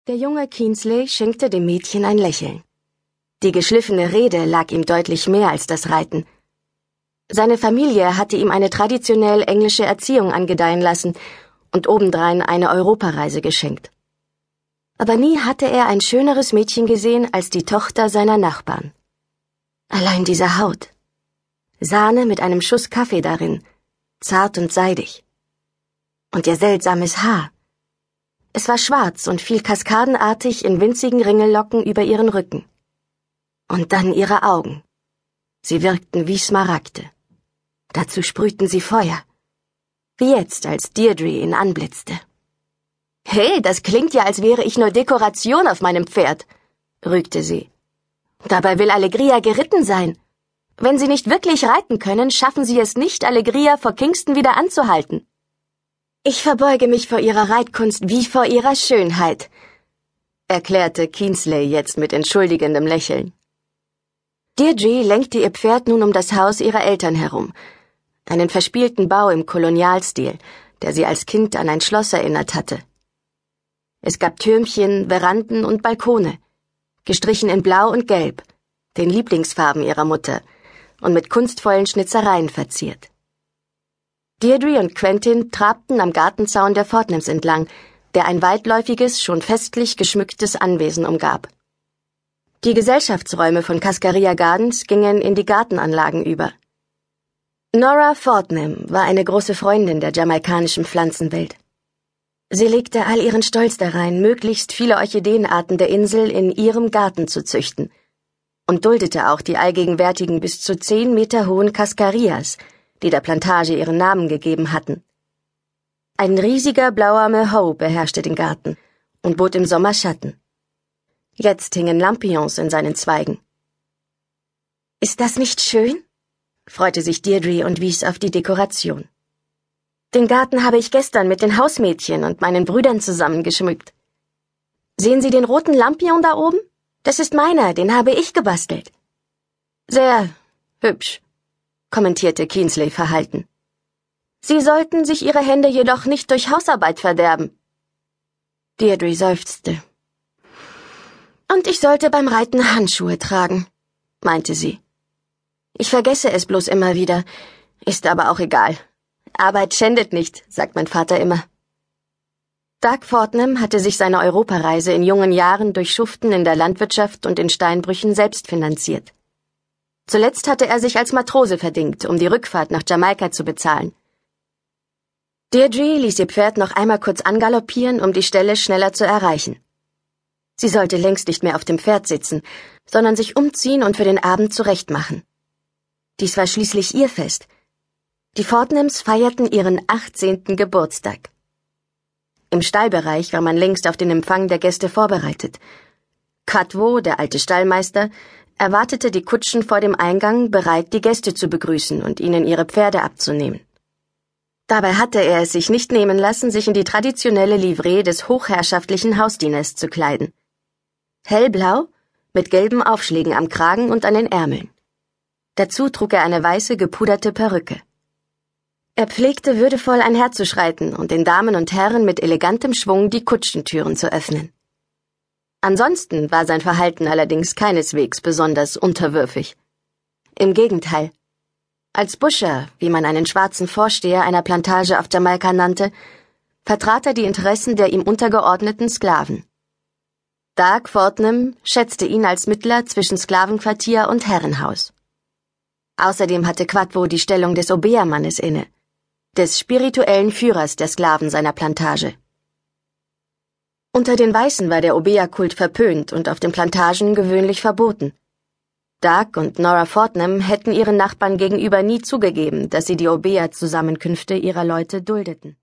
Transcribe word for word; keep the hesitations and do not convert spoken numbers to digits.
Der junge Kingsley schenkte dem Mädchen ein Lächeln. Die geschliffene Rede lag ihm deutlich mehr als das Reiten. Seine Familie hatte ihm eine traditionell englische Erziehung angedeihen lassen und obendrein eine Europareise geschenkt. Aber nie hatte er ein schöneres Mädchen gesehen als die Tochter seiner Nachbarn. Allein diese Haut. Sahne mit einem Schuss Kaffee darin, zart und seidig. Und ihr seltsames Haar. Es war schwarz und fiel kaskadenartig in winzigen Ringellocken über ihren Rücken. Und dann ihre Augen. Sie wirkten wie Smaragde. Dazu sprühten sie Feuer. Wie jetzt, als Deirdre ihn anblitzte. »Hey, das klingt ja, als wäre ich nur Dekoration auf meinem Pferd«, rügte sie. »Dabei will Alegria geritten sein. Wenn sie nicht wirklich reiten können, schaffen sie es nicht, Alegria vor Kingston wieder anzuhalten.« »Ich verbeuge mich vor ihrer Reitkunst wie vor ihrer Schönheit«, erklärte Kingsley jetzt mit entschuldigendem Lächeln. Deirdre lenkte ihr Pferd nun um das Haus ihrer Eltern herum, einen verspielten Bau im Kolonialstil, der sie als Kind an ein Schloss erinnert hatte. Es gab Türmchen, Veranden und Balkone, gestrichen in Blau und Gelb, den Lieblingsfarben ihrer Mutter, und mit kunstvollen Schnitzereien verziert. Deirdre und Quentin trabten am Gartenzaun der Fortnums entlang, der ein weitläufiges, schon festlich geschmücktes Anwesen umgab. Die Gesellschaftsräume von Cascaria Gardens gingen in die Gartenanlagen über. Nora Fortnum war eine große Freundin der jamaikanischen Pflanzenwelt. Sie legte all ihren Stolz darein, möglichst viele Orchideenarten der Insel in ihrem Garten zu züchten, und duldete auch die allgegenwärtigen bis zu zehn Meter hohen Cascarias, die der Plantage ihren Namen gegeben hatten. Ein riesiger blauer Mehow beherrschte den Garten und bot im Sommer Schatten. Jetzt hingen Lampions in seinen Zweigen. »Ist das nicht schön?« freute sich Deirdre und wies auf die Dekoration. »Den Garten habe ich gestern mit den Hausmädchen und meinen Brüdern zusammen geschmückt. Sehen Sie den roten Lampion da oben? Das ist meiner, den habe ich gebastelt.« »Sehr hübsch«, kommentierte Kingsley verhalten. »Sie sollten sich Ihre Hände jedoch nicht durch Hausarbeit verderben.« Deirdre seufzte. »Und ich sollte beim Reiten Handschuhe tragen«, meinte sie. »Ich vergesse es bloß immer wieder, ist aber auch egal. Arbeit schändet nicht, sagt mein Vater immer.« Doug Fortnum hatte sich seine Europareise in jungen Jahren durch Schuften in der Landwirtschaft und in Steinbrüchen selbst finanziert. Zuletzt hatte er sich als Matrose verdingt, um die Rückfahrt nach Jamaika zu bezahlen. Deirdre ließ ihr Pferd noch einmal kurz angaloppieren, um die Stelle schneller zu erreichen. Sie sollte längst nicht mehr auf dem Pferd sitzen, sondern sich umziehen und für den Abend zurechtmachen. Dies war schließlich ihr Fest. Die Fortnums feierten ihren achtzehnten Geburtstag. Im Stallbereich war man längst auf den Empfang der Gäste vorbereitet. Katwo, der alte Stallmeister, erwartete die Kutschen vor dem Eingang, bereit, die Gäste zu begrüßen und ihnen ihre Pferde abzunehmen. Dabei hatte er es sich nicht nehmen lassen, sich in die traditionelle Livree des hochherrschaftlichen Hausdieners zu kleiden. Hellblau, mit gelben Aufschlägen am Kragen und an den Ärmeln. Dazu trug er eine weiße, gepuderte Perücke. Er pflegte würdevoll einherzuschreiten und den Damen und Herren mit elegantem Schwung die Kutschentüren zu öffnen. Ansonsten war sein Verhalten allerdings keineswegs besonders unterwürfig. Im Gegenteil. Als Buscher, wie man einen schwarzen Vorsteher einer Plantage auf Jamaika nannte, vertrat er die Interessen der ihm untergeordneten Sklaven. Doug Fortnum schätzte ihn als Mittler zwischen Sklavenquartier und Herrenhaus. Außerdem hatte Quatwo die Stellung des Obeah-Mannes inne, des spirituellen Führers der Sklaven seiner Plantage. Unter den Weißen war der Obeah-Kult verpönt und auf den Plantagen gewöhnlich verboten. Doug und Nora Fortnum hätten ihren Nachbarn gegenüber nie zugegeben, dass sie die Obeah-Zusammenkünfte ihrer Leute duldeten.